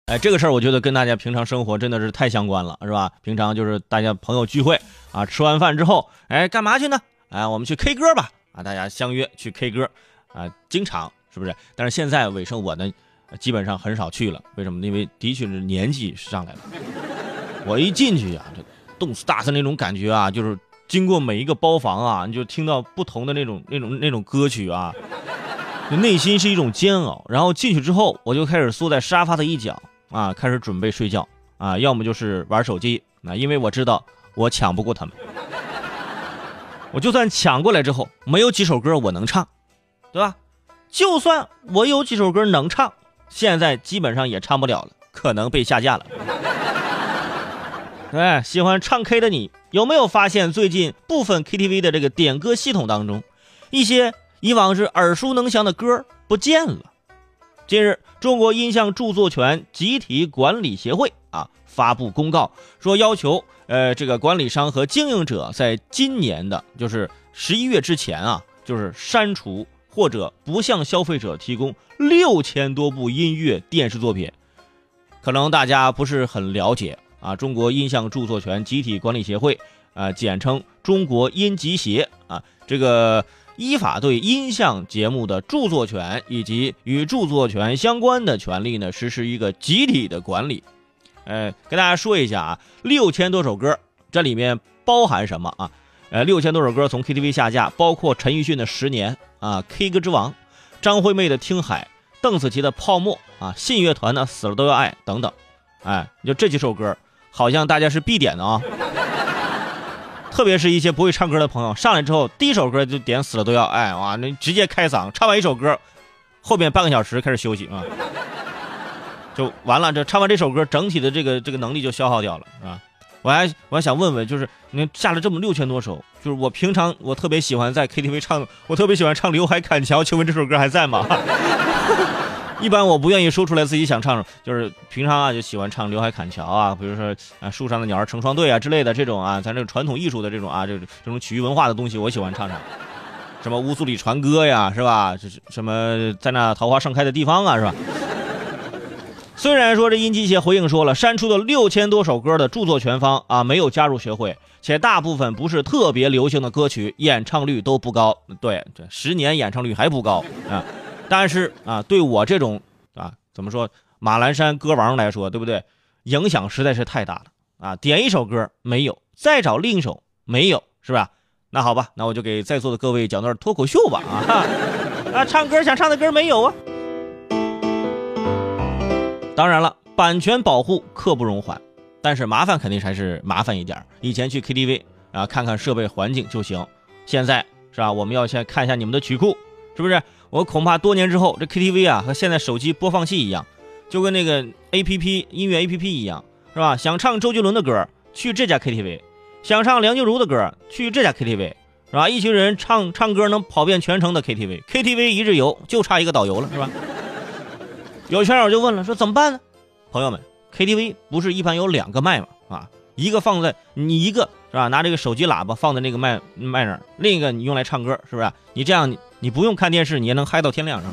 哎，这个事儿我觉得跟大家平常生活真的是太相关了，是吧？平常就是大家朋友聚会啊，吃完饭之后，哎，干嘛去呢？哎，我们去 K 歌吧，啊，大家相约去 K 歌，啊，经常是不是？但是现在尾声我呢，基本上很少去了，为什么？因为的确是年纪上来了，我一进去啊，这动次打次那种感觉啊，就是经过每一个包房啊，你就听到不同的那种歌曲啊。内心是一种煎熬，然后进去之后，我就开始缩在沙发的一角啊，开始准备睡觉啊，要么就是玩手机啊，因为我知道我抢不过他们。我就算抢过来之后，没有几首歌我能唱，对吧？就算我有几首歌能唱，现在基本上也唱不了了，可能被下架了。对，喜欢唱 K 的你，有没有发现最近部分 KTV 的这个点歌系统当中，一些以往是耳熟能详的歌不见了？近日，中国音像著作权集体管理协会发布公告，说要求这个管理商和经营者在今年的就是11月之前就是删除或者不向消费者提供6000多部音乐电视作品。可能大家不是很了解中国音像著作权集体管理协会简称中国音集协这个依法对音像节目的著作权以及与著作权相关的权利呢实施一个集体的管理。跟大家说一下6000多首歌，这里面包含什么6000多首歌从 KTV 下架，包括陈奕迅的《10年》K 歌之王，张惠妹的《听海》，邓紫棋的《泡沫》信乐团的《死了都要爱》等等。就这几首歌好像大家是必点的特别是一些不会唱歌的朋友，上来之后第一首歌就点死了都要爱那直接开嗓，唱完一首歌后面半个小时开始休息就完了，这唱完这首歌整体的这个能力就消耗掉了我还想问问，就是你下了这么6000多首，就是我平常我特别喜欢在 KTV 唱，我特别喜欢唱刘海砍桥，请问这首歌还在吗？一般我不愿意说出来自己想唱，就是平常就喜欢唱刘海砍桥比如说树上的鸟儿成双对之类的这种咱这个传统艺术的这种这种曲艺文化的东西我喜欢唱，什么乌苏里船歌呀，是吧？这是什么在那桃花盛开的地方是吧？虽然说这音集协回应说了，删除的6000多首歌的著作权方没有加入学会，且大部分不是特别流行的歌曲，演唱率都不高。对，这10年演唱率还不高但是对我这种怎么说马栏山歌王来说，对不对？影响实在是太大了点一首歌没有，再找另一首没有，是吧？那好吧，那我就给在座的各位讲段脱口秀吧唱歌想唱的歌没有当然了，版权保护刻不容缓，但是麻烦肯定还是麻烦一点。以前去 KTV 看看设备环境就行，现在是吧？我们要先看一下你们的曲库，是不是？我恐怕多年之后，这 KTV 和现在手机播放器一样，就跟那个 APP 音乐 APP 一样，是吧？想唱周杰伦的歌，去这家 KTV； 想唱梁静茹的歌，去这家 KTV， 是吧？一群人唱歌能跑遍全城的 KTV 一日游，就差一个导游了，是吧？有圈友就问了，说怎么办呢？朋友们 ，KTV 不是一般有2个麦吗？一个放在你一个是吧？拿这个手机喇叭放在那个麦那儿，另一个你用来唱歌，是不是？你这样你不用看电视，你也能嗨到天亮上。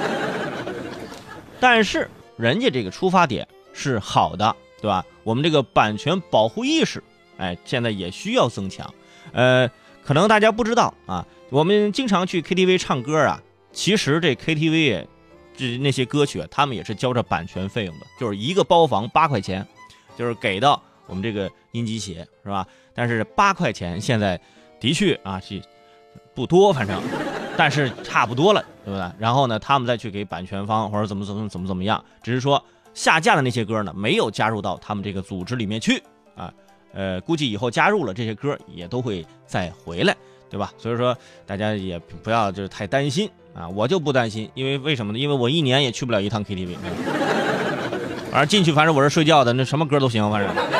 但是人家这个出发点是好的，对吧？我们这个版权保护意识，现在也需要增强。可能大家不知道我们经常去 KTV 唱歌其实这 KTV 那些歌曲他们也是交着版权费用的，就是一个包房8块钱，就是给到我们这个音集协，是吧？但是8块钱现在的确是不多，反正但是差不多了，对不对？然后呢，他们再去给版权方或者怎么样，只是说下架的那些歌呢没有加入到他们这个组织里面去估计以后加入了这些歌也都会再回来，对吧？所以说大家也不要就是太担心我就不担心，因为什么呢？因为我1年也去不了一趟 KTV 反正进去反正我是睡觉的，那什么歌都行，反正